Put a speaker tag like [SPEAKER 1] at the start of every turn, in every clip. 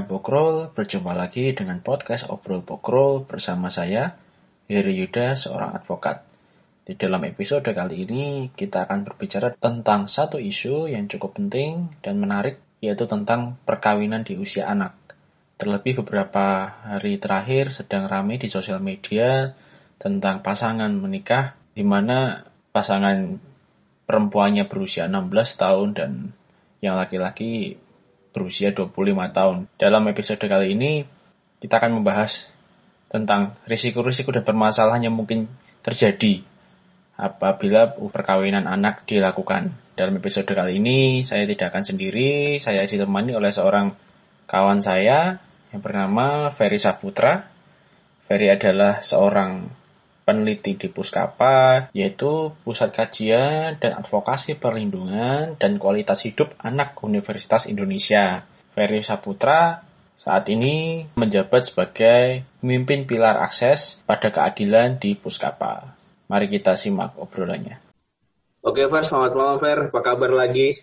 [SPEAKER 1] Sobat Pokrol, berjumpa lagi dengan podcast Obrol Pokrol bersama saya, Heri Yuda, seorang advokat. Di dalam episode kali ini, kita akan berbicara tentang satu isu yang cukup penting dan menarik, yaitu tentang perkawinan di usia anak. Terlebih beberapa hari terakhir sedang ramai di sosial media tentang pasangan menikah, di mana pasangan perempuannya berusia 16 tahun dan yang laki-laki berusia 25 tahun. Dalam episode kali ini, kita akan membahas tentang risiko-risiko dan permasalahan yang mungkin terjadi apabila perkawinan anak dilakukan. Dalam episode kali ini, saya tidak akan sendiri, saya ditemani oleh seorang kawan saya yang bernama Ferry Saputra. Ferry adalah seorang peneliti di Puskapa, yaitu Pusat Kajian dan Advokasi Perlindungan dan Kualitas Hidup Anak Universitas Indonesia. Ferry Saputra saat ini menjabat sebagai pemimpin pilar akses pada keadilan di Puskapa. Mari kita simak obrolannya.
[SPEAKER 2] Oke, Fer, selamat malam, Fer. Apa kabar lagi?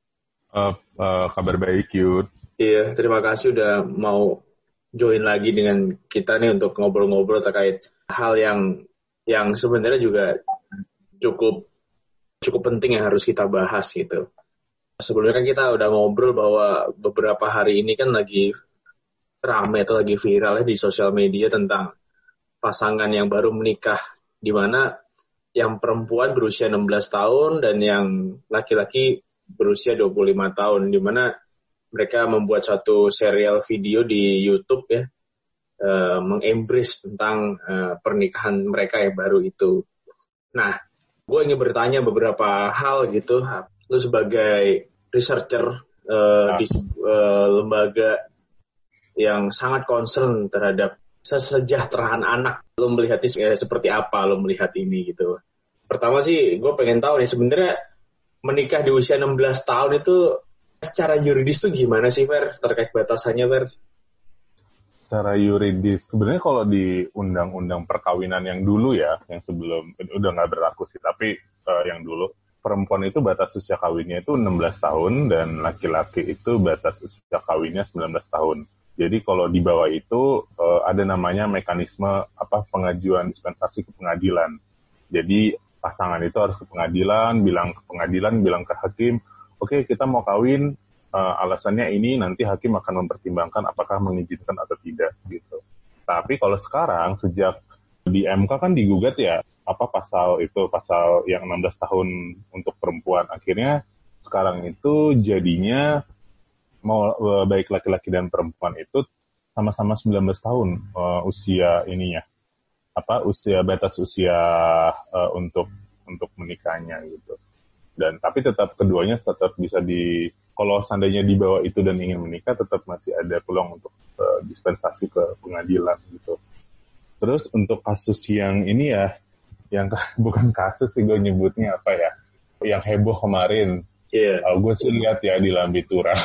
[SPEAKER 3] Kabar baik, Yud.
[SPEAKER 2] Iya, terima kasih udah mau join lagi dengan kita nih untuk ngobrol-ngobrol terkait hal yang sebenarnya juga cukup penting yang harus kita bahas gitu. Sebelumnya kan kita udah ngobrol bahwa beberapa hari ini kan lagi ramai atau lagi viral ya di sosial media tentang pasangan yang baru menikah, di mana yang perempuan berusia 16 tahun dan yang laki-laki berusia 25 tahun, di mana mereka membuat satu serial video di YouTube ya, mengembrace tentang pernikahan mereka yang baru itu. Nah, gue ingin bertanya beberapa hal gitu. Lu sebagai researcher di lembaga yang sangat concern terhadap kesejahteraan anak, lu melihat ini seperti apa? Lu melihat ini gitu. Pertama sih, gue pengen tahu nih sebenarnya menikah di usia 16 tahun itu secara yuridis tuh gimana sih, Fer? Terkait batasannya, Fer?
[SPEAKER 3] Secara yuridis, sebenarnya kalau di undang-undang perkawinan yang dulu ya, yang sebelum, udah nggak berlaku sih, tapi yang dulu, perempuan itu batas usia kawinnya itu 16 tahun, dan laki-laki itu batas usia kawinnya 19 tahun. Jadi kalau di bawah itu, ada namanya mekanisme pengajuan dispensasi ke pengadilan. Jadi pasangan itu harus ke pengadilan, bilang ke hakim, oke, kita mau kawin, alasannya ini, nanti hakim akan mempertimbangkan apakah mengizinkan atau tidak gitu. Tapi kalau sekarang sejak di MK kan digugat ya pasal yang 16 tahun untuk perempuan, akhirnya sekarang itu jadinya mau baik laki-laki dan perempuan itu sama-sama 19 tahun usia ininya batas usia untuk menikahnya gitu. Dan tapi tetap keduanya tetap bisa kalau seandainya di bawah itu dan ingin menikah, tetap masih ada peluang untuk dispensasi ke pengadilan gitu. Terus untuk kasus yang ini ya, yang bukan kasus sih gue nyebutnya yang heboh kemarin.
[SPEAKER 2] Yeah.
[SPEAKER 3] Gue sih lihat ya di Lambitura.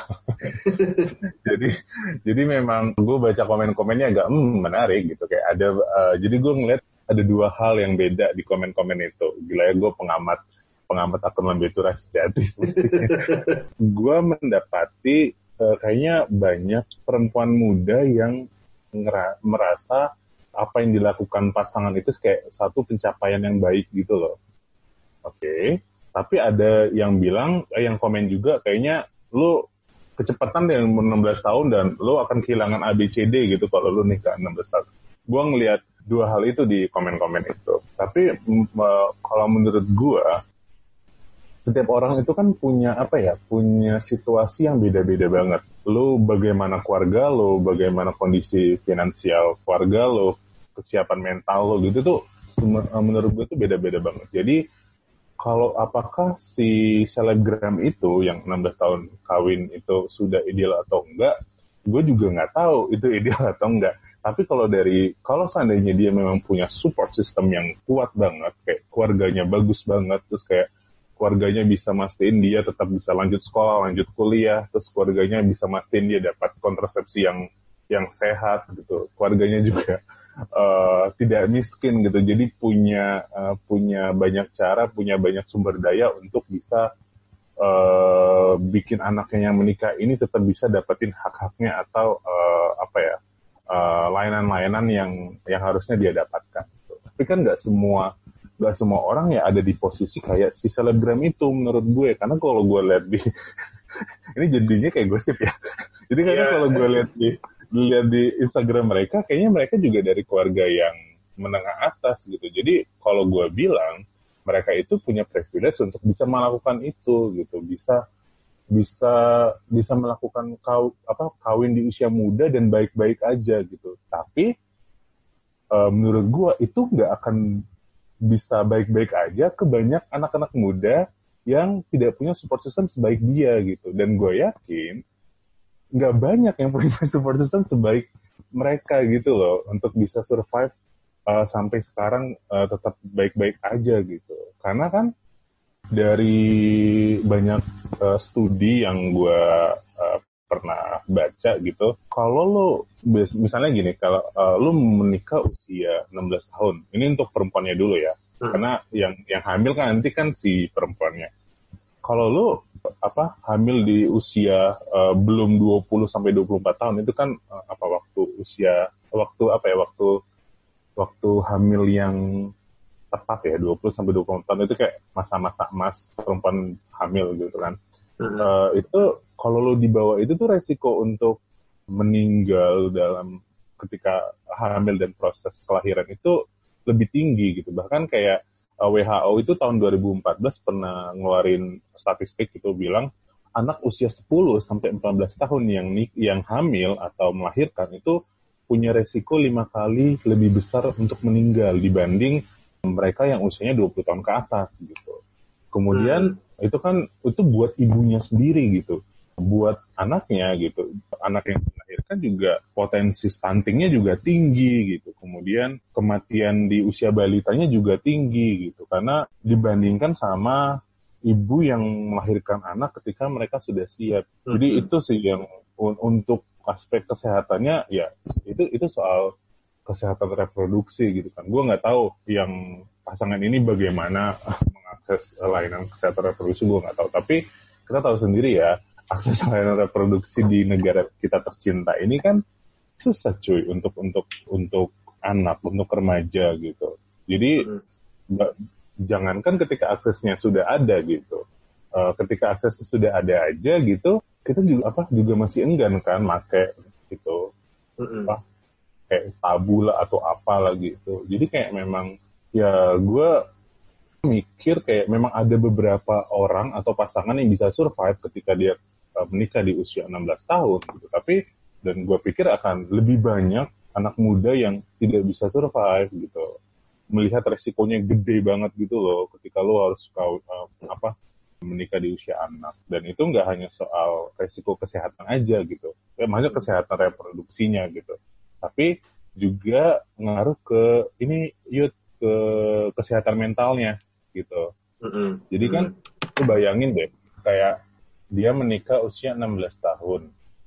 [SPEAKER 3] jadi memang gue baca komen-komennya agak menarik gitu, kayak ada. Jadi gue ngeliat ada dua hal yang beda di komen-komen itu. Gila ya, gue pengamat akun Lambitura sejati. Gue mendapati kayaknya banyak perempuan muda yang merasa apa yang dilakukan pasangan itu kayak satu pencapaian yang baik gitu loh. Oke. Tapi ada yang bilang, yang komen juga, kayaknya lu kecepatan dengan 16 tahun dan lu akan kehilangan ABCD gitu kalau lu nikah 16 tahun. Gue ngelihat dua hal itu di komen-komen itu. Tapi kalau menurut gue, setiap orang itu kan punya punya situasi yang beda-beda banget. Lu bagaimana keluarga lu, bagaimana kondisi finansial keluarga lu, kesiapan mental lu gitu tuh menurut gue tuh beda-beda banget. Jadi kalau apakah si selebgram itu yang 16 tahun kawin itu sudah ideal atau enggak, gue juga nggak tahu itu ideal atau enggak. Tapi kalau seandainya dia memang punya support system yang kuat banget, kayak keluarganya bagus banget, terus kayak keluarganya bisa mastiin dia tetap bisa lanjut sekolah, lanjut kuliah, terus keluarganya bisa mastiin dia dapat kontrasepsi yang sehat gitu. Keluarganya juga tidak miskin gitu. Jadi punya banyak cara, punya banyak sumber daya untuk bisa bikin anaknya yang menikah ini tetap bisa dapetin hak-haknya atau layanan-layanan yang harusnya dia dapatkan. Tapi kan nggak semua orang ya ada di posisi kayak si selebgram itu menurut gue. Karena kalau gue lihat di ini jadinya kayak gosip ya. Jadi karena kalau gue lihat di Instagram mereka, kayaknya mereka juga dari keluarga yang menengah atas gitu. Jadi kalau gue bilang mereka itu punya privilege untuk bisa melakukan itu gitu, bisa melakukan kawin di usia muda dan baik-baik aja gitu. Tapi menurut gue itu nggak akan bisa baik-baik aja ke banyak anak-anak muda yang tidak punya support system sebaik dia gitu. Dan gue yakin nggak banyak yang punya support system sebaik mereka gitu loh untuk bisa survive sampai sekarang tetap baik-baik aja gitu. Karena kan dari banyak studi yang gue pernah baca gitu, kalau lo misalnya gini, kalau lo menikah usia 16 tahun, ini untuk perempuannya dulu ya, karena yang hamil kan nanti kan si perempuannya. Kalau lo hamil di usia belum 20 sampai 24 tahun itu kan waktu hamil yang tepat ya, 20 sampai 24 tahun itu kayak masa-masa emas perempuan hamil gitu kan. Itu kalau lo di bawah itu tuh resiko untuk meninggal ketika hamil dan proses kelahiran itu lebih tinggi gitu. Bahkan kayak WHO itu tahun 2014 pernah ngeluarin statistik itu bilang anak usia 10 sampai 14 tahun yang hamil atau melahirkan itu punya resiko 5 kali lebih besar untuk meninggal dibanding mereka yang usianya 20 tahun ke atas gitu. Kemudian itu buat ibunya sendiri gitu, buat anaknya gitu. Anak yang melahirkan juga potensi stuntingnya juga tinggi gitu. Kemudian kematian di usia balitanya juga tinggi gitu, karena dibandingkan sama ibu yang melahirkan anak ketika mereka sudah siap. Jadi itu sih yang untuk aspek kesehatannya ya itu soal kesehatan reproduksi gitu kan. Gue nggak tahu yang pasangan ini bagaimana mengakses layanan kesehatan reproduksi, gue nggak tahu. Tapi kita tahu sendiri ya, akses layanan reproduksi di negara kita tercinta ini kan susah cuy untuk anak, untuk remaja gitu. Jadi jangankan ketika aksesnya sudah ada gitu, ketika aksesnya sudah ada aja gitu, kita juga masih enggan kan make gitu, kayak tabu lah atau apa lagi itu. Jadi kayak memang ya gue mikir kayak memang ada beberapa orang atau pasangan yang bisa survive ketika dia menikah di usia 16 tahun gitu. Tapi dan gue pikir akan lebih banyak anak muda yang tidak bisa survive gitu. Melihat resikonya gede banget gitu loh ketika lo harus menikah di usia anak. Dan itu nggak hanya soal resiko kesehatan aja gitu. Ya, maksudnya kesehatan reproduksinya gitu. Tapi juga ngaruh ke ke kesehatan mentalnya gitu. Jadi kan lu bayangin deh, kayak dia menikah usia 16 tahun.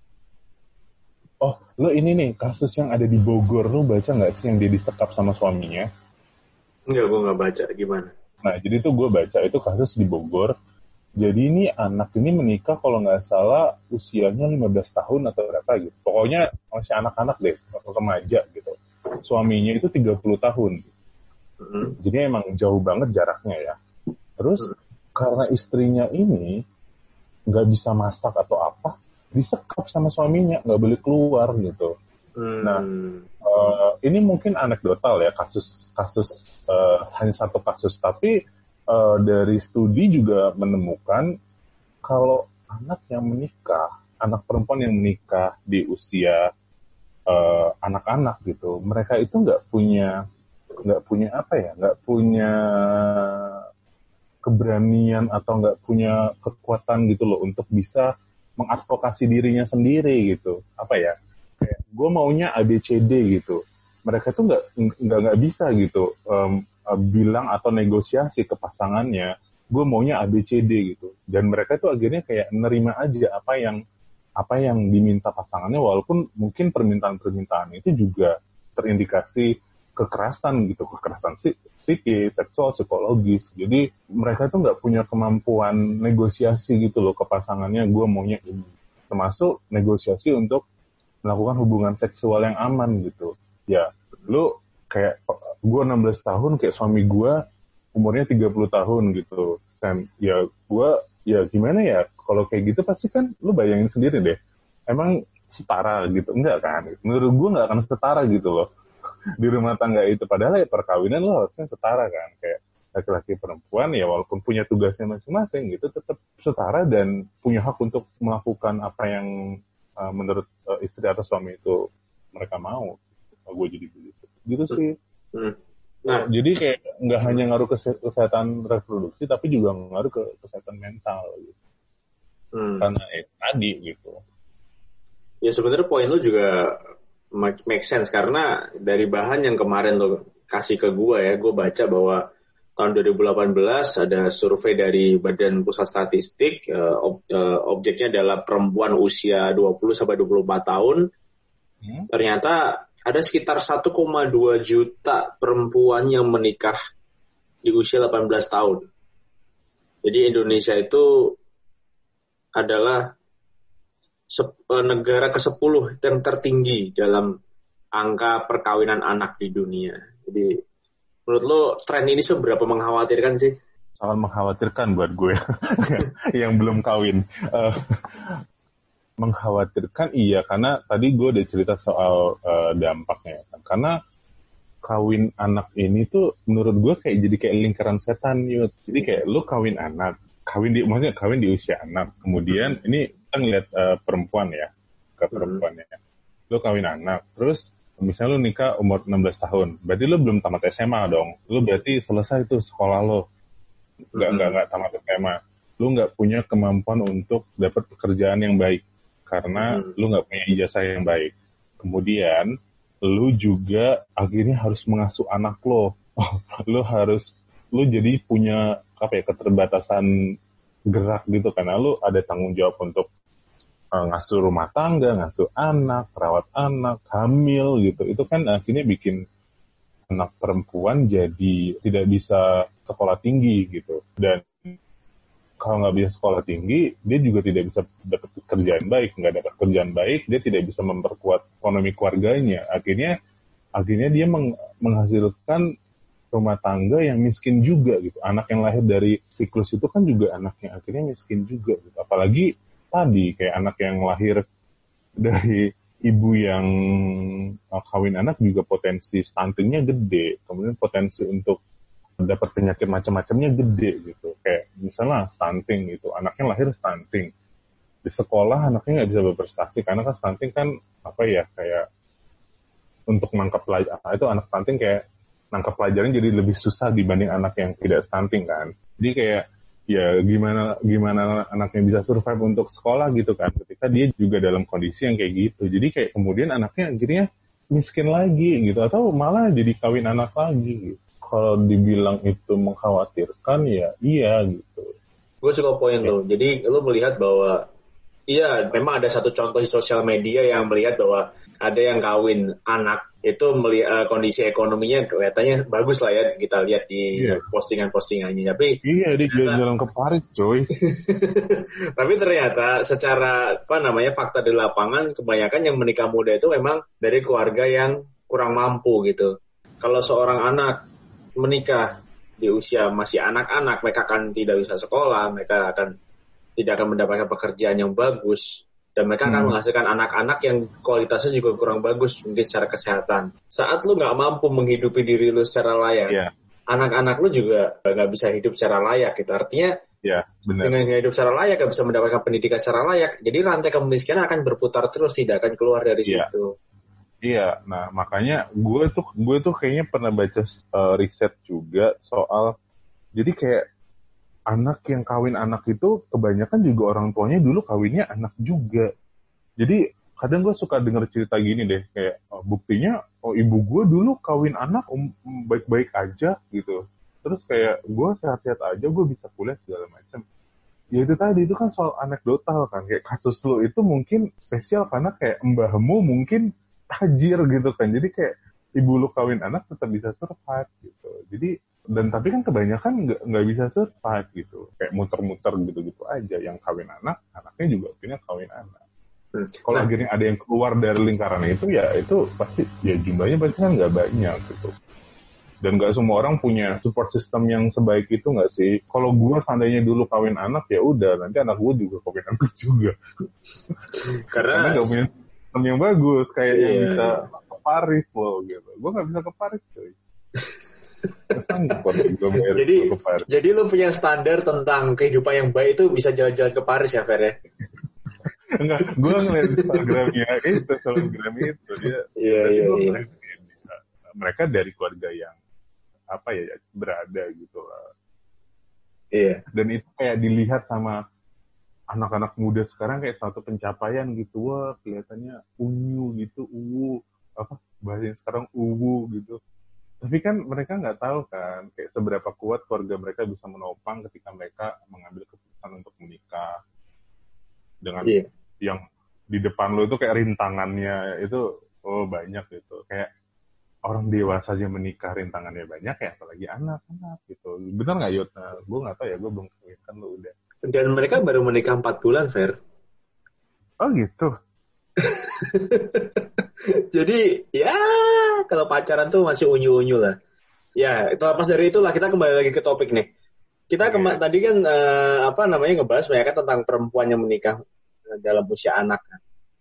[SPEAKER 3] Oh, lu ini nih kasus yang ada di Bogor, lu baca nggak sih yang dia disekap sama suaminya?
[SPEAKER 2] Enggak, gue nggak baca. Gimana?
[SPEAKER 3] Nah, jadi tuh gue baca itu kasus di Bogor. Jadi ini anak ini menikah kalau nggak salah usianya 15 tahun atau berapa gitu. Pokoknya masih anak-anak deh, remaja gitu. Suaminya itu 30 tahun. Jadi emang jauh banget jaraknya ya. Terus karena istrinya ini nggak bisa masak atau apa, disekap sama suaminya, nggak boleh keluar gitu. Nah, ini mungkin anekdotal ya, kasus hanya satu kasus, tapi dari studi juga menemukan kalau anak perempuan yang menikah di usia anak-anak gitu, mereka itu nggak punya keberanian atau nggak punya kekuatan gitu loh untuk bisa mengadvokasi dirinya sendiri gitu. Kayak gue maunya ABCD gitu. Mereka tuh nggak bisa gitu bilang atau negosiasi ke pasangannya, gue maunya ABCD gitu. Dan mereka tuh akhirnya kayak nerima aja apa yang diminta pasangannya, walaupun mungkin permintaan-permintaan itu juga terindikasi kekerasan gitu, kekerasan psikis, seksual, psikologis. Jadi mereka tuh nggak punya kemampuan negosiasi gitu loh ke pasangannya, gue maunya ini. Termasuk negosiasi untuk melakukan hubungan seksual yang aman gitu. Ya, lu kayak gue 16 tahun, kayak suami gue umurnya 30 tahun gitu. Dan ya gue, ya gimana ya, kalau kayak gitu pasti kan lu bayangin sendiri deh. Emang setara gitu? Enggak kan? Menurut gue nggak akan setara gitu loh. Di rumah tangga itu. Padahal ya perkawinan lo harusnya setara kan. Kayak laki-laki perempuan ya walaupun punya tugasnya masing-masing gitu tetap setara dan punya hak untuk melakukan apa yang menurut istri atau suami itu mereka mau. Gue jadi begitu. Gitu sih. Nah, jadi kayak nggak hanya ngaruh ke kesehatan reproduksi tapi juga ngaruh ke kesehatan mental gitu. Karena tadi gitu.
[SPEAKER 2] Ya sebenarnya poin lu juga make sense karena dari bahan yang kemarin lo kasih ke gue ya, gue baca bahwa tahun 2018 ada survei dari Badan Pusat Statistik, objeknya adalah perempuan usia 20 sampai 24 tahun. Ternyata ada sekitar 1,2 juta perempuan yang menikah di usia 18 tahun. Jadi Indonesia itu adalah negara ke-10 yang tertinggi dalam angka perkawinan anak di dunia. Jadi menurut lo tren ini seberapa mengkhawatirkan sih?
[SPEAKER 3] Sangat mengkhawatirkan buat gue yang belum kawin. Mengkhawatirkan iya, karena tadi gue udah cerita soal dampaknya kan. Karena kawin anak ini tuh menurut gue jadi kayak lingkaran setan yut. Jadi kayak lo kawin anak, maksudnya kawin di usia anak. Kemudian ini kita ngeliat perempuan ya, ke perempuan ya. Lo kawin anak, terus misalnya lo nikah umur 16 tahun, berarti lo belum tamat SMA dong. Lo berarti selesai tuh sekolah lo. Nggak tamat SMA. Lo nggak punya kemampuan untuk dapat pekerjaan yang baik karena lu nggak punya ijazah yang baik. Kemudian lu juga akhirnya harus mengasuh anak lo. Lu jadi punya keterbatasan gerak gitu karena lu ada tanggung jawab untuk ngasuh rumah tangga, ngasuh anak, rawat anak, hamil gitu. Itu kan akhirnya bikin anak perempuan jadi tidak bisa sekolah tinggi gitu. Dan kalau nggak bisa sekolah tinggi, dia juga tidak bisa dapat kerjaan baik. Nggak dapat kerjaan baik, dia tidak bisa memperkuat ekonomi keluarganya. Akhirnya dia menghasilkan rumah tangga yang miskin juga gitu. Anak yang lahir dari siklus itu kan juga anaknya akhirnya miskin juga gitu. Apalagi tadi kayak anak yang lahir dari ibu yang kawin anak juga potensi stuntingnya gede. Kemudian potensi untuk dapat penyakit macam-macamnya gede gitu. Kayak misalnya stunting gitu, anaknya lahir stunting. Di sekolah anaknya nggak bisa berprestasi karena kan stunting kan kayak untuk nangkap pelajaran itu anak stunting kayak nangkap pelajaran jadi lebih susah dibanding anak yang tidak stunting kan. Jadi kayak ya gimana anaknya bisa survive untuk sekolah gitu kan ketika dia juga dalam kondisi yang kayak gitu. Jadi kayak kemudian anaknya akhirnya miskin lagi gitu atau malah jadi kawin anak lagi gitu. Kalau dibilang itu mengkhawatirkan ya iya gitu.
[SPEAKER 2] Gue suka poin lo. Jadi lo melihat bahwa iya memang ada satu contoh di sosial media yang melihat bahwa ada yang kawin anak itu kondisi ekonominya kelihatannya bagus lah ya kita lihat di postingan-postingannya. Tapi
[SPEAKER 3] dia jalan ke Paris coy.
[SPEAKER 2] Tapi ternyata secara fakta di lapangan kebanyakan yang menikah muda itu memang dari keluarga yang kurang mampu gitu. Kalau seorang anak menikah di usia masih anak-anak, mereka akan tidak bisa sekolah, mereka tidak akan mendapatkan pekerjaan yang bagus, dan mereka akan menghasilkan anak-anak yang kualitasnya juga kurang bagus mungkin secara kesehatan. Saat lu nggak mampu menghidupi diri lu secara layak, anak-anak lu juga nggak bisa hidup secara layak gitu. Artinya dengan hidup secara layak nggak bisa mendapatkan pendidikan secara layak, jadi rantai kemiskinan akan berputar terus, tidak akan keluar dari situ.
[SPEAKER 3] Iya, nah makanya gue tuh kayaknya pernah baca riset juga soal jadi kayak anak yang kawin anak itu kebanyakan juga orang tuanya dulu kawinnya anak juga. Jadi kadang gue suka denger cerita gini deh kayak buktinya ibu gue dulu kawin anak baik-baik aja gitu. Terus kayak gue sehat-sehat aja gue bisa kuliah segala macam. Ya itu tadi itu kan soal anekdotal kan kayak kasus lo itu mungkin spesial karena kayak mbahmu mungkin tajir gitu kan, jadi kayak ibu lu kawin anak tetap bisa survive gitu. Jadi tapi kan kebanyakan nggak bisa survive gitu, kayak muter-muter gitu-gitu aja. Yang kawin anak, anaknya juga punya kawin anak. Kalau akhirnya ada yang keluar dari lingkaran itu, ya itu pasti ya jumlahnya pasti kan nggak banyak gitu. Dan nggak semua orang punya support system yang sebaik itu nggak sih? Kalau gue seandainya dulu kawin anak, ya udah nanti anak gue juga kawin anak juga. Karena nggak punya sistem yang bagus kayak yang bisa ke Paris loh gitu. Gue nggak bisa ke Paris cuy.
[SPEAKER 2] Jadi lu punya standar tentang kehidupan yang baik itu bisa jalan-jalan ke Paris ya, Fer ya?
[SPEAKER 3] Enggak, gue ngeliat Instagramnya itu, dia
[SPEAKER 2] iya.
[SPEAKER 3] Mereka dari keluarga yang apa ya berada gitu lah.
[SPEAKER 2] Iya.
[SPEAKER 3] Dan itu kayak dilihat sama anak-anak muda sekarang kayak satu pencapaian gitu, wah kelihatannya unyu gitu, bahasanya sekarang gitu. Tapi kan mereka nggak tahu kan kayak seberapa kuat keluarga mereka bisa menopang ketika mereka mengambil keputusan untuk menikah dengan yang di depan lo itu kayak rintangannya itu banyak gitu. Kayak orang dewasa aja menikah rintangannya banyak ya, apalagi anak-anak gitu. Benar nggak Yot? Nah, gue nggak tahu ya, gue belum kawin kan lo udah.
[SPEAKER 2] Dan mereka baru menikah 4 bulan, Fer.
[SPEAKER 3] Oh gitu.
[SPEAKER 2] Jadi ya kalau pacaran tuh masih unyu-unyu lah. Ya, lepas dari itulah kita kembali lagi ke topik nih. Kita tadi kan ngebahas banyak kan tentang perempuan yang menikah dalam usia anak kan.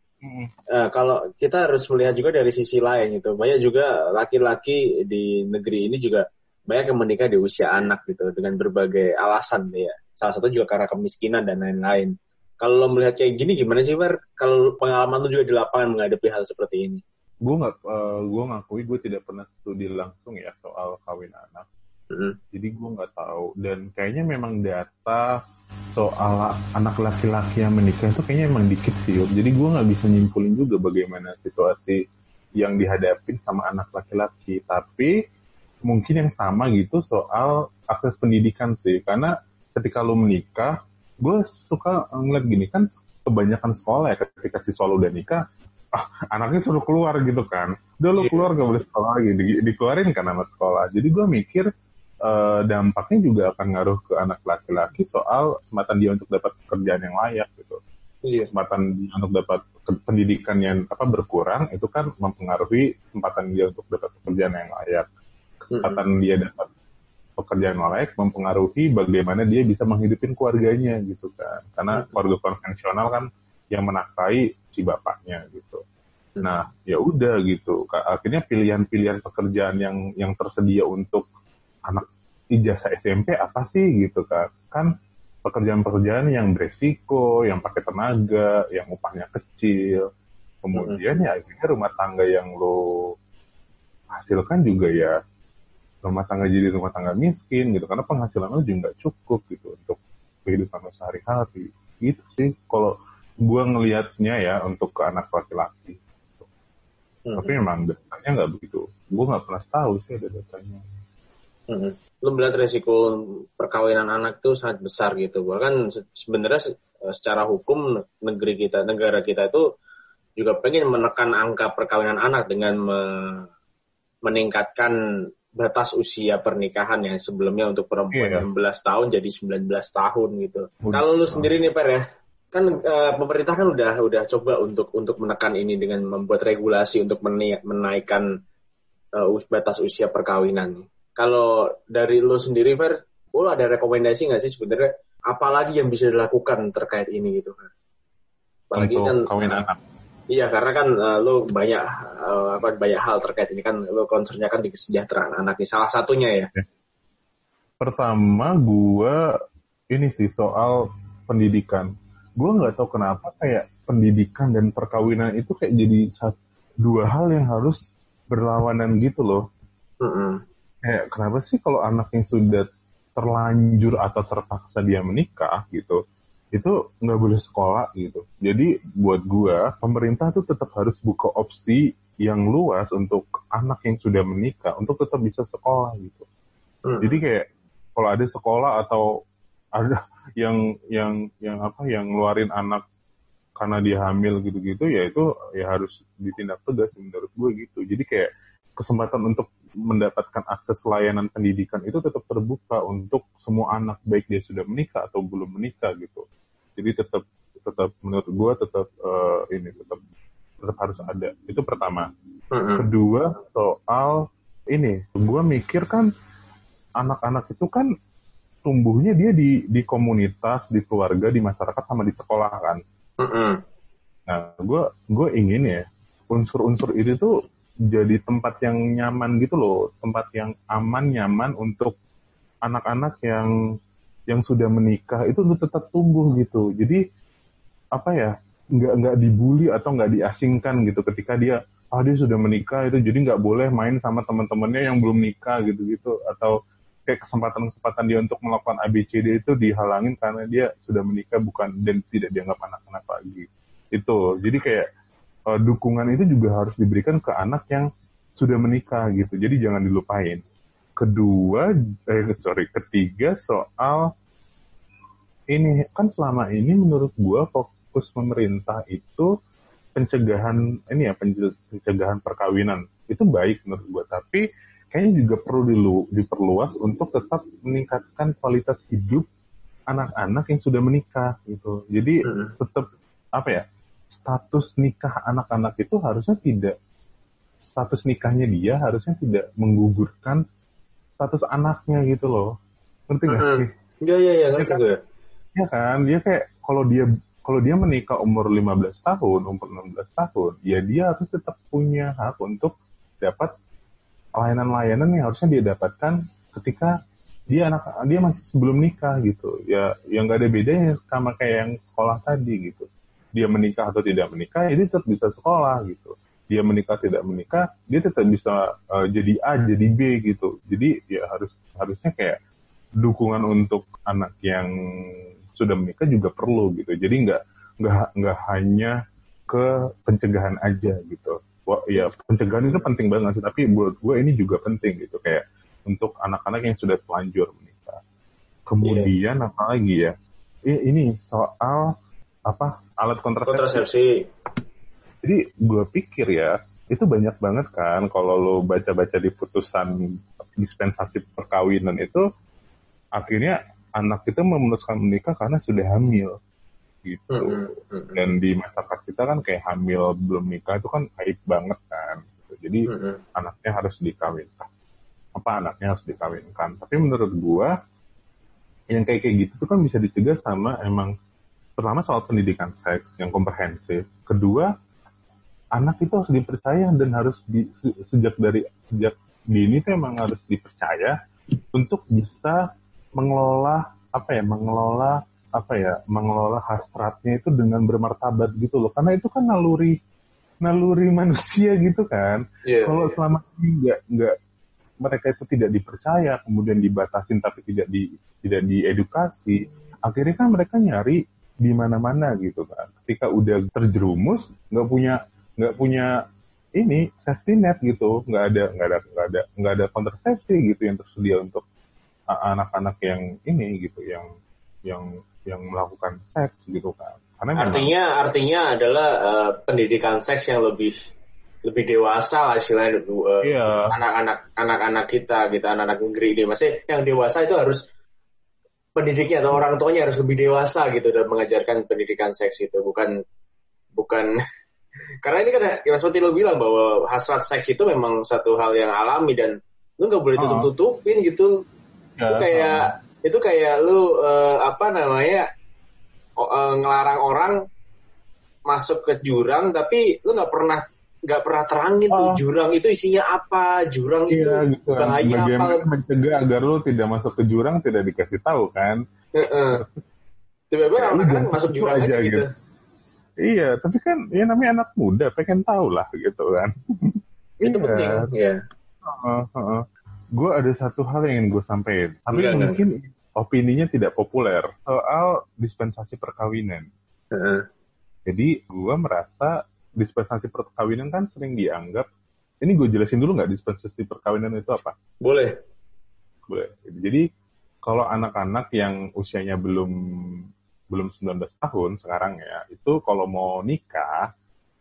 [SPEAKER 2] Kalau kita harus melihat juga dari sisi lain gitu, banyak juga laki-laki di negeri ini juga banyak yang menikah di usia anak gitu dengan berbagai alasan ya. Salah satu juga karena kemiskinan dan lain-lain. Kalau lo melihat kayak gini gimana sih, Fer? Kalau pengalaman lo juga di lapangan menghadapi hal seperti ini?
[SPEAKER 3] Gue ngakui gue tidak pernah studi langsung ya soal kawin anak. Jadi gue nggak tahu, dan kayaknya memang data soal anak laki-laki yang menikah itu kayaknya emang dikit sih. Jadi gue nggak bisa nyimpulin juga bagaimana situasi yang dihadapin sama anak laki-laki. Tapi mungkin yang sama gitu soal akses pendidikan sih, karena ketika lo menikah, gue suka ngeliat gini kan, kebanyakan sekolah ya ketika siswa lo udah nikah, anaknya suruh keluar gitu kan, udah lo keluar gak boleh sekolah lagi, dikeluarin kan sama sekolah. Jadi gue mikir dampaknya juga akan ngaruh ke anak laki-laki soal kesempatan dia untuk dapat pekerjaan yang layak gitu. Kesempatan dia untuk dapat pendidikan yang berkurang itu kan mempengaruhi kesempatan dia untuk dapat pekerjaan yang layak. Kesempatan dia dapat pekerjaan yang layak mempengaruhi bagaimana dia bisa menghidupin keluarganya gitu kan. Karena keluarga konvensional kan yang menafkahi si bapaknya gitu. Nah, ya udah gitu. Akhirnya pilihan-pilihan pekerjaan yang tersedia untuk anak ijazah SMP apa sih gitu kan. Kan pekerjaan-pekerjaan yang beresiko, yang pakai tenaga, yang upahnya kecil. Kemudian ya akhirnya rumah tangga yang lo hasilkan juga ya rumah tangga jadi rumah tangga miskin gitu, karena penghasilan lo juga nggak cukup gitu untuk kehidupan lo sehari-hari. Gitu sih kalau gue ngelihatnya ya untuk ke anak laki-laki. Tapi memang datanya nggak begitu. Gue nggak pernah tahu sih ada datanya.
[SPEAKER 2] Lo melihat resiko perkawinan anak itu sangat besar gitu. Bahkan sebenarnya secara hukum negara kita itu juga pengen menekan angka perkawinan anak dengan meningkatkan batas usia pernikahan yang sebelumnya untuk perempuan 16 tahun jadi 19 tahun gitu. Kalau lu sendiri nih Per ya, kan pemerintah kan udah coba untuk menekan ini dengan membuat regulasi untuk menaikkan batas usia perkawinan. Kalau dari lu sendiri Fer, lu ada rekomendasi nggak sih sebenarnya apalagi yang bisa dilakukan terkait ini gitu Fer? Apalagi
[SPEAKER 3] untuk
[SPEAKER 2] kan
[SPEAKER 3] kawin anak.
[SPEAKER 2] Iya, karena kan lo banyak hal terkait ini kan, lo concernnya kan di kesejahteraan anak nih, salah satunya ya.
[SPEAKER 3] Pertama gue ini sih soal pendidikan. Gue nggak tahu kenapa kayak pendidikan dan perkawinan itu kayak jadi dua hal yang harus berlawanan gitu loh. Kayak kenapa sih kalau anak yang sudah terlanjur atau terpaksa dia menikah gitu, itu nggak boleh sekolah gitu. Jadi buat gue, pemerintah tuh tetap harus buka opsi yang luas untuk anak yang sudah menikah untuk tetap bisa sekolah gitu. Jadi kayak kalau ada sekolah atau ada yang ngeluarin anak karena dia hamil gitu-gitu, ya itu ya harus ditindak tegas menurut gue gitu. Jadi kayak kesempatan untuk mendapatkan akses layanan pendidikan itu tetap terbuka untuk semua anak, baik dia sudah menikah atau belum menikah gitu. Jadi tetap menurut gue tetap tetap harus ada. Itu pertama. Kedua, soal ini, gue mikir kan anak-anak itu kan tumbuhnya dia di komunitas, di keluarga, di masyarakat, sama di sekolah kan. Nah, gue ingin ya unsur-unsur itu tuh jadi tempat yang nyaman gitu loh, tempat yang aman, nyaman untuk anak-anak yang sudah menikah itu untuk tetap tumbuh gitu. Jadi apa ya, nggak dibully atau nggak diasingkan gitu ketika dia sudah menikah itu, jadi nggak boleh main sama teman-temannya yang belum nikah gitu-gitu, atau kayak kesempatan-kesempatan dia untuk melakukan ABCD itu dihalangin karena dia sudah menikah dan tidak dianggap anak-anak lagi. Itu jadi kayak dukungan itu juga harus diberikan ke anak yang sudah menikah gitu, jadi jangan dilupain. Ketiga soal ini kan selama ini menurut gua fokus pemerintah itu pencegahan perkawinan itu baik menurut gua, tapi kayaknya juga perlu diperluas untuk tetap meningkatkan kualitas hidup anak-anak yang sudah menikah gitu. Jadi tetap status nikah anak-anak itu status nikahnya dia harusnya tidak menggugurkan status anaknya gitu loh. Ngerti nggak sih?
[SPEAKER 2] Iya, ngerti gue.
[SPEAKER 3] Ya kan, dia kayak kalau dia menikah umur 15 tahun, umur 16 tahun, ya dia harus tetap punya hak untuk dapat layanan-layanan yang harusnya dia dapatkan ketika dia masih sebelum nikah gitu. Ya, yang nggak ada bedanya sama kayak yang sekolah tadi gitu. Dia menikah atau tidak menikah, dia tetap bisa sekolah gitu. Dia menikah tidak menikah, dia tetap bisa jadi A, jadi B gitu. Jadi ya harusnya kayak dukungan untuk anak yang sudah menikah juga perlu gitu. Jadi nggak hanya ke pencegahan aja gitu. Wah, ya pencegahan itu penting banget sih, tapi buat gue ini juga penting gitu, kayak untuk anak-anak yang sudah telanjur menikah. Kemudian apalagi ya? Ini soal alat kontrasepsi. Jadi gue pikir ya, itu banyak banget kan kalau lo baca-baca di putusan dispensasi perkawinan itu, akhirnya anak kita memutuskan menikah karena sudah hamil gitu. Dan di masyarakat kita kan kayak hamil belum nikah itu kan aib banget kan gitu. Jadi anaknya harus dikawinkan. Anaknya harus dikawinkan. Tapi menurut gue yang kayak gitu tuh kan bisa dicegah sama emang pertama soal pendidikan seks yang komprehensif. Kedua, anak itu harus dipercaya dan harus sejak dini itu emang harus dipercaya untuk bisa mengelola hasratnya itu dengan bermartabat gitu loh. Karena itu kan naluri manusia gitu kan. Kalau selama ini nggak mereka itu tidak dipercaya, kemudian dibatasin tapi tidak diedukasi, akhirnya kan mereka nyari di mana-mana gitu kan. Ketika udah terjerumus, nggak punya ini safety net gitu, nggak ada kontrasepsi gitu yang tersedia untuk anak-anak yang ini gitu, yang melakukan seks gitu kan. Karena
[SPEAKER 2] artinya adalah pendidikan seks yang lebih dewasa lah istilahnya, anak-anak kita anak-anak negeri ini, maksudnya yang dewasa itu harus pendidiknya atau orang tuanya harus lebih dewasa gitu dan mengajarkan pendidikan seks itu, bukan karena ini kan ya seperti lo bilang bahwa hasrat seks itu memang satu hal yang alami dan lu nggak boleh tutup-tutupin gitu. Itu kayak lu ngelarang orang masuk ke jurang tapi lu nggak pernah terangin tuh jurang itu isinya apa, jurang itu
[SPEAKER 3] gitu.
[SPEAKER 2] bahaya
[SPEAKER 3] bagaimana
[SPEAKER 2] apa.
[SPEAKER 3] mencegah agar lu tidak masuk ke jurang tidak dikasih tahu kan.
[SPEAKER 2] Tiba-tiba anak-anak masuk jurang aja gitu.
[SPEAKER 3] Iya, tapi kan ya namanya anak muda pengen tahu lah gitu kan.
[SPEAKER 2] Itu penting ya.
[SPEAKER 3] Gue ada satu hal yang ingin gue sampaikan, tapi mungkin opininya tidak populer soal dispensasi perkawinan. Jadi gue merasa dispensasi perkawinan kan sering dianggap, ini gue jelasin dulu nggak dispensasi perkawinan itu apa?
[SPEAKER 2] Boleh.
[SPEAKER 3] Jadi kalau anak-anak yang usianya belum 19 tahun sekarang ya, itu kalau mau nikah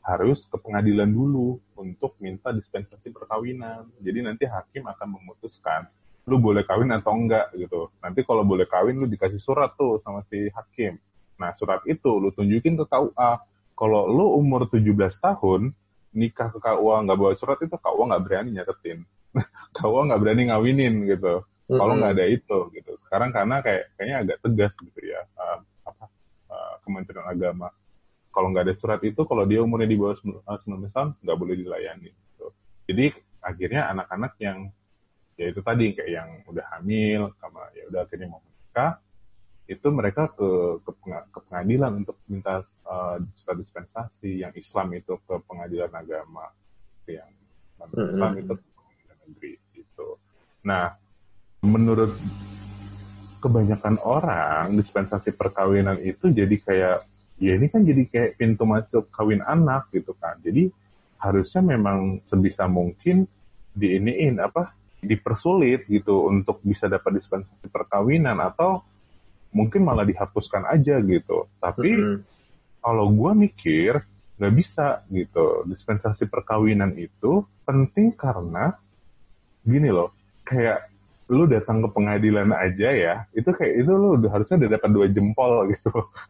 [SPEAKER 3] harus ke pengadilan dulu untuk minta dispensasi perkawinan. Jadi nanti hakim akan memutuskan lu boleh kawin atau enggak gitu. Nanti kalau boleh kawin lu dikasih surat tuh sama si hakim. Nah surat itu lu tunjukin ke KUA. Kalau lu umur 17 tahun nikah ke KUA nggak bawa surat itu KUA nggak berani nyatetin. KUA nggak berani ngawinin gitu. Kalau nggak ada itu gitu. Sekarang karena kayaknya agak tegas gitu ya Kementerian Agama. Kalau nggak ada surat itu, kalau dia umurnya di bawah 19 tahun, nggak boleh dilayani. Gitu. Jadi akhirnya anak-anak yang ya itu tadi kayak yang udah hamil sama ya udah akhirnya mau menikah, itu mereka ke pengadilan untuk minta surat dispensasi. Yang Islam itu ke pengadilan agama, yang Islam itu ke pengadilan negeri gitu. Nah, menurut kebanyakan orang dispensasi perkawinan itu jadi kayak ya ini kan jadi kayak pintu masuk kawin anak gitu kan. Jadi harusnya memang sebisa mungkin dipersulit gitu untuk bisa dapat dispensasi perkawinan atau mungkin malah dihapuskan aja gitu. Tapi kalau gue mikir nggak bisa gitu. Dispensasi perkawinan itu penting karena gini loh, kayak lu datang ke pengadilan aja ya, itu lu harusnya udah dapat 2 jempol gitu.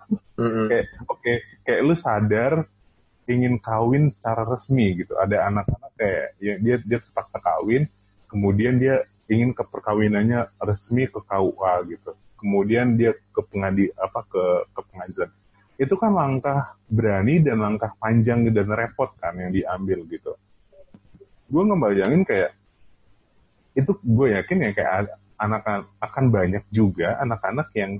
[SPEAKER 3] Kayak lu sadar ingin kawin secara resmi gitu. Ada anak-anak kayak ya, dia terpaksa kawin, kemudian dia ingin ke perkawinannya resmi ke KUA gitu. Kemudian dia ke pengadilan. Itu kan langkah berani dan langkah panjang dan repot kan yang diambil gitu. Gue ngebayangin kayak itu gue yakin ya kayak akan banyak juga anak-anak yang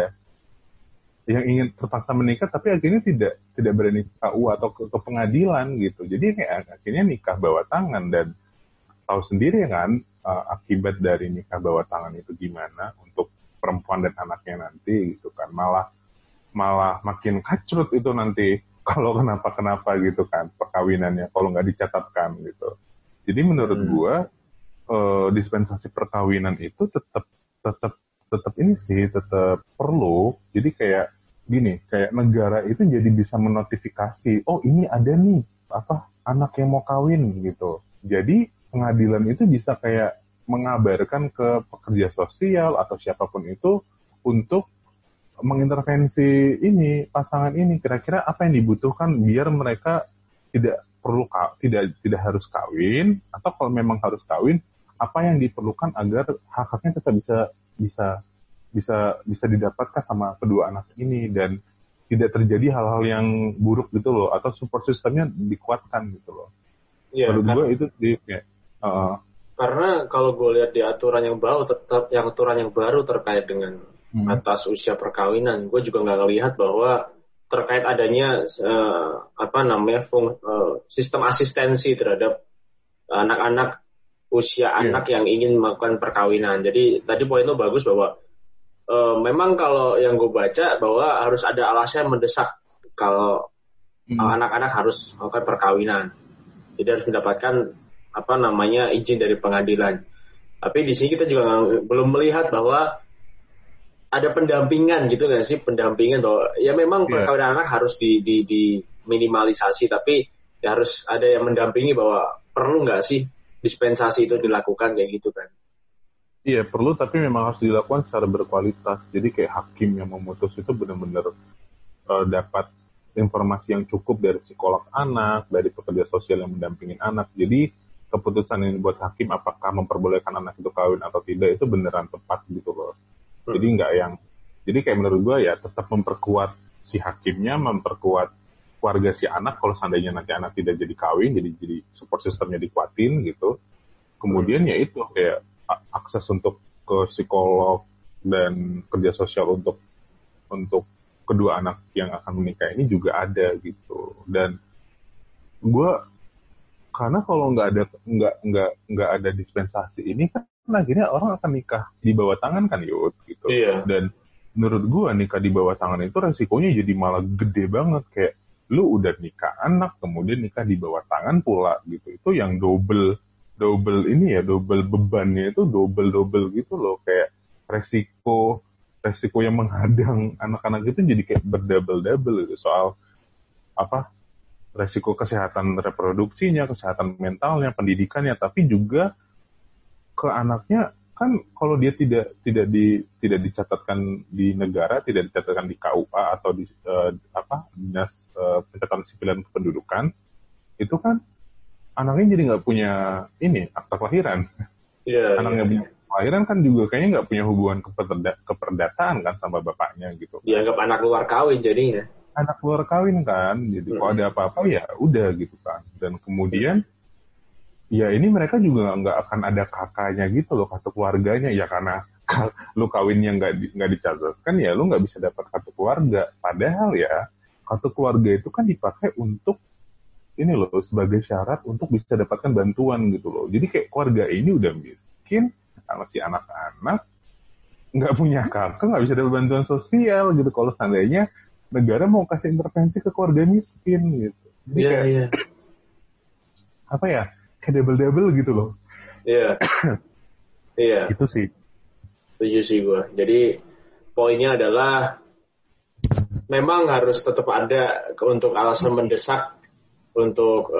[SPEAKER 3] ingin terpaksa menikah tapi akhirnya tidak berani ke KUA atau ke pengadilan gitu. Jadi kayak akhirnya nikah bawah tangan dan tahu sendiri kan akibat dari nikah bawah tangan itu gimana untuk perempuan dan anaknya nanti gitu kan. Malah makin kacrut itu nanti kalau kenapa gitu kan perkawinannya kalau nggak dicatatkan gitu. Jadi menurut gue dispensasi perkawinan itu tetap ini sih tetap perlu. Jadi kayak gini, kayak negara itu jadi bisa menotifikasi, oh ini ada nih anak yang mau kawin gitu. Jadi pengadilan itu bisa kayak mengabarkan ke pekerja sosial atau siapapun itu untuk mengintervensi ini pasangan ini, kira-kira apa yang dibutuhkan biar mereka tidak tidak harus kawin, atau kalau memang harus kawin apa yang diperlukan agar hak-haknya tetap bisa didapatkan sama kedua anak ini dan tidak terjadi hal-hal yang buruk gitu loh, atau support sistemnya dikuatkan gitu loh.
[SPEAKER 2] Iya,
[SPEAKER 3] menurut gue itu
[SPEAKER 2] karena kalau gue lihat di aturan yang baru terkait dengan atas usia perkawinan, gue juga nggak ngelihat bahwa terkait adanya sistem asistensi terhadap anak-anak usia anak yang ingin melakukan perkawinan. Jadi tadi poin itu bagus bahwa memang kalau yang gue baca bahwa harus ada alasan mendesak kalau anak-anak harus melakukan perkawinan. Jadi harus mendapatkan izin dari pengadilan. Tapi di sini kita juga belum melihat bahwa ada pendampingan gitu kan sih, pendampingan bahwa ya memang perkawinan anak harus diminimalisasi, tapi ya harus ada yang mendampingi bahwa perlu nggak sih dispensasi itu dilakukan kayak gitu kan.
[SPEAKER 3] Iya perlu, tapi memang harus dilakukan secara berkualitas. Jadi kayak hakim yang memutus itu benar-benar dapat informasi yang cukup dari psikolog anak, dari pekerja sosial yang mendampingin anak. Jadi keputusan yang buat hakim apakah memperbolehkan anak itu kawin atau tidak itu beneran tepat gitu loh. Jadi kayak menurut gue ya tetap memperkuat si hakimnya, memperkuat keluarga si anak kalau seandainya nanti anak tidak jadi kawin, jadi support sistemnya dikuatin gitu. Kemudian ya itu kayak akses untuk ke psikolog dan kerja sosial untuk kedua anak yang akan menikah ini juga ada gitu. Dan gue karena kalau nggak ada dispensasi ini kan akhirnya orang akan nikah di bawah tangan kan Yud gitu.
[SPEAKER 2] Iya.
[SPEAKER 3] Dan menurut gue nikah di bawah tangan itu resikonya jadi malah gede banget, kayak lu udah nikah anak kemudian nikah di bawah tangan pula gitu. Itu yang double bebannya itu double gitu loh, kayak resiko yang menghadang anak-anak itu jadi kayak berdouble gitu soal resiko kesehatan reproduksinya, kesehatan mentalnya, pendidikannya, tapi juga ke anaknya kan kalau dia tidak dicatatkan di negara, tidak dicatatkan di KUA atau di dinas pencatatan sipil dan kependudukan, itu kan anaknya jadi nggak punya akta kelahiran. Anaknya punya kelahiran kan juga kayaknya nggak punya hubungan keperdataan kan sama bapaknya gitu.
[SPEAKER 2] Dianggap anak luar kawin jadinya.
[SPEAKER 3] Anak luar kawin kan, jadi kalau ada apa-apa ya udah gitu kan. Dan kemudian ya ini mereka juga nggak akan ada kakaknya gitu loh, kartu keluarganya ya, karena lu kawinnya nggak dicatatkan ya lu nggak bisa dapat kartu keluarga. Padahal ya kartu keluarga itu kan dipakai untuk ini loh, sebagai syarat untuk bisa dapatkan bantuan gitu loh. Jadi kayak keluarga ini udah miskin, si anak-anak nggak punya kakak, nggak bisa dapat bantuan sosial gitu. Kalau seandainya negara mau kasih intervensi ke keluarga miskin gitu. Jadi kayak apa ya? Kayak double gitu loh.
[SPEAKER 2] Iya. Iya.
[SPEAKER 3] Itu sih.
[SPEAKER 2] Setuju sih gue. Jadi poinnya adalah memang harus tetap ada untuk alasan mendesak untuk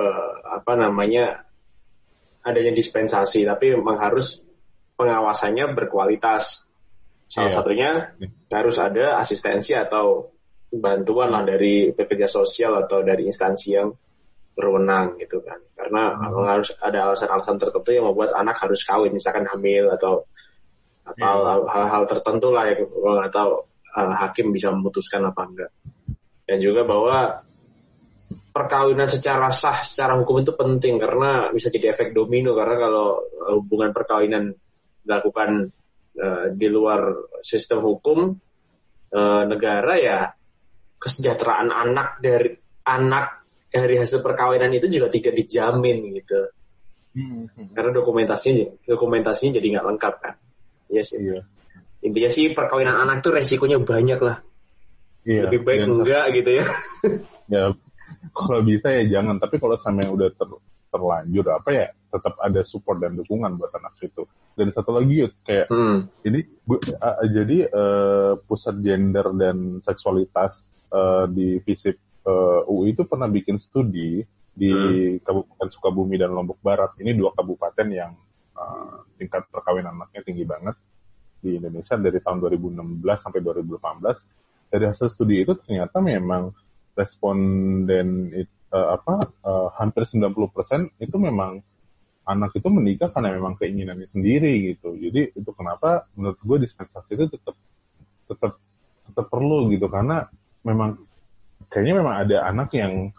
[SPEAKER 2] adanya dispensasi, tapi memang harus pengawasannya berkualitas. Salah satunya harus ada asistensi atau bantuan lah dari pekerja sosial atau dari instansi yang berwenang gitu kan, karena harus ada alasan-alasan tertentu yang membuat anak harus kawin, misalkan hamil atau hal-hal tertentu lah yang nggak tahu hakim bisa memutuskan apa enggak. Dan juga bahwa perkawinan secara sah, secara hukum itu penting karena bisa jadi efek domino, karena kalau hubungan perkawinan dilakukan di luar sistem hukum negara, ya kesejahteraan anak dari hasil perkawinan itu juga tidak dijamin gitu. Karena dokumentasinya jadi nggak lengkap kan. Yes, iya. Intinya sih perkawinan anak tuh resikonya banyak lah. Iya, lebih baik enggak gitu ya.
[SPEAKER 3] Ya, kalau bisa ya jangan. Tapi kalau sampai udah terlanjur tetap ada support dan dukungan buat anak itu. Dan satu lagi kayak jadi pusat gender dan seksualitas di FISIP UI itu pernah bikin studi di Kabupaten Sukabumi dan Lombok Barat. Ini 2 kabupaten yang tingkat perkawinan anaknya tinggi banget di Indonesia dari tahun 2016 sampai 2018. Dari hasil studi itu ternyata memang responden hampir 90% itu memang anak itu menikah karena memang keinginannya sendiri gitu. Jadi itu kenapa menurut gue dispensasi itu tetap perlu gitu, karena memang kayaknya memang ada anak yang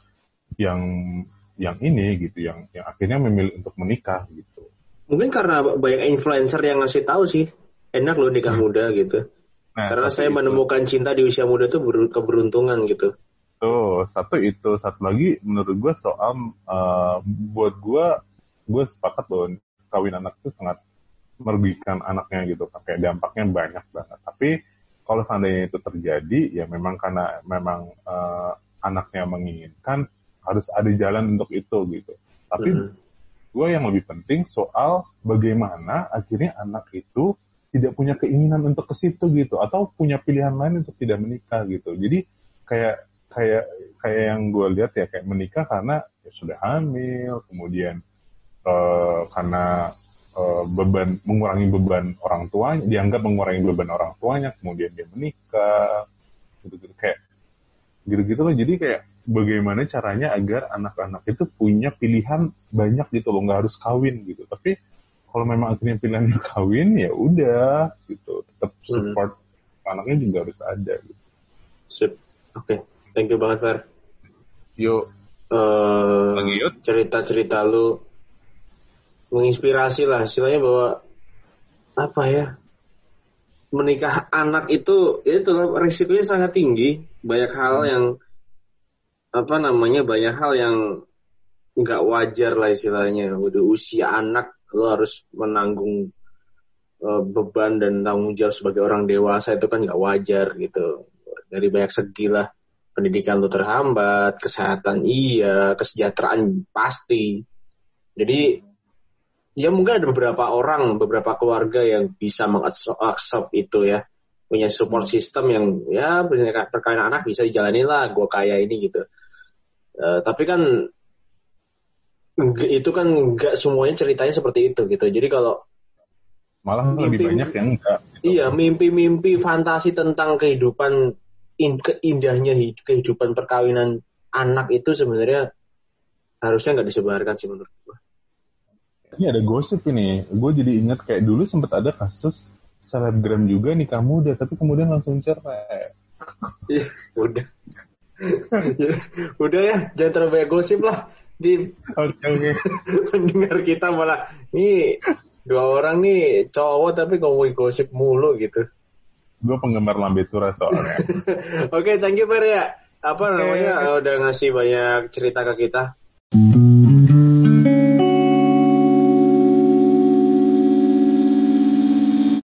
[SPEAKER 3] ini gitu, yang akhirnya memilih untuk menikah gitu.
[SPEAKER 2] Mungkin karena banyak influencer yang ngasih tahu sih, enak loh nikah muda gitu. Nah, karena saya menemukan cinta di usia muda tuh keberuntungan gitu.
[SPEAKER 3] Tuh, satu lagi menurut gue soal buat gue sepakat bahwa kawin anak itu sangat merugikan anaknya gitu, kayak dampaknya banyak banget. Tapi kalau seandainya itu terjadi, ya memang karena memang anaknya menginginkan, harus ada jalan untuk itu gitu. Tapi gue yang lebih penting soal bagaimana akhirnya anak itu tidak punya keinginan untuk ke situ gitu, atau punya pilihan lain untuk tidak menikah gitu. Jadi kayak yang gue lihat ya, kayak menikah karena ya sudah hamil, kemudian karena mengurangi beban orang tuanya, dianggap mengurangi beban orang tuanya, kemudian dia menikah, gitu-gitu kayak gitu-gitu loh. Jadi kayak bagaimana caranya agar anak-anak itu punya pilihan banyak gitu loh, nggak harus kawin gitu. Tapi kalau memang akhirnya pilihannya kawin, ya udah gitu, tetap support anaknya juga harus ada gitu.
[SPEAKER 2] Sip, oke, thank you banget Fer.
[SPEAKER 3] Yuk,
[SPEAKER 2] cerita-cerita lu menginspirasi lah, istilahnya bahwa menikah anak itu risikonya sangat tinggi, banyak hal yang banyak hal yang nggak wajar lah istilahnya. Udah usia anak lo harus menanggung beban dan tanggung jawab sebagai orang dewasa, itu kan nggak wajar gitu. Dari banyak segi lah, pendidikan lo terhambat, kesehatan kesejahteraan pasti. Jadi ya mungkin ada beberapa keluarga yang bisa mengabsorb itu ya, punya support system yang ya perkawinan anak bisa dijalani lah, gue kaya ini gitu. Tapi kan itu kan nggak semuanya ceritanya seperti itu gitu. Jadi kalau
[SPEAKER 3] malah lebih banyak yang enggak. Gitu.
[SPEAKER 2] Iya, mimpi-mimpi fantasi tentang kehidupan indahnya kehidupan perkawinan anak itu sebenarnya harusnya nggak disebarkan sih menurut gue.
[SPEAKER 3] Ini ada gosip ini. Gue jadi ingat kayak dulu sempat ada kasus selebgram juga nikah muda, tapi kemudian langsung cerai.
[SPEAKER 2] Iya, udah. Udah ya, jangan terlalu banyak gosip lah.
[SPEAKER 3] Oke.
[SPEAKER 2] Pendengar kita malah nih 2 orang nih cowok tapi ngomongin gosip mulu gitu.
[SPEAKER 3] Gue penggemar Lambe Tura soalnya.
[SPEAKER 2] Oke, thank you Fer ya. Namanya udah ngasih banyak cerita ke kita.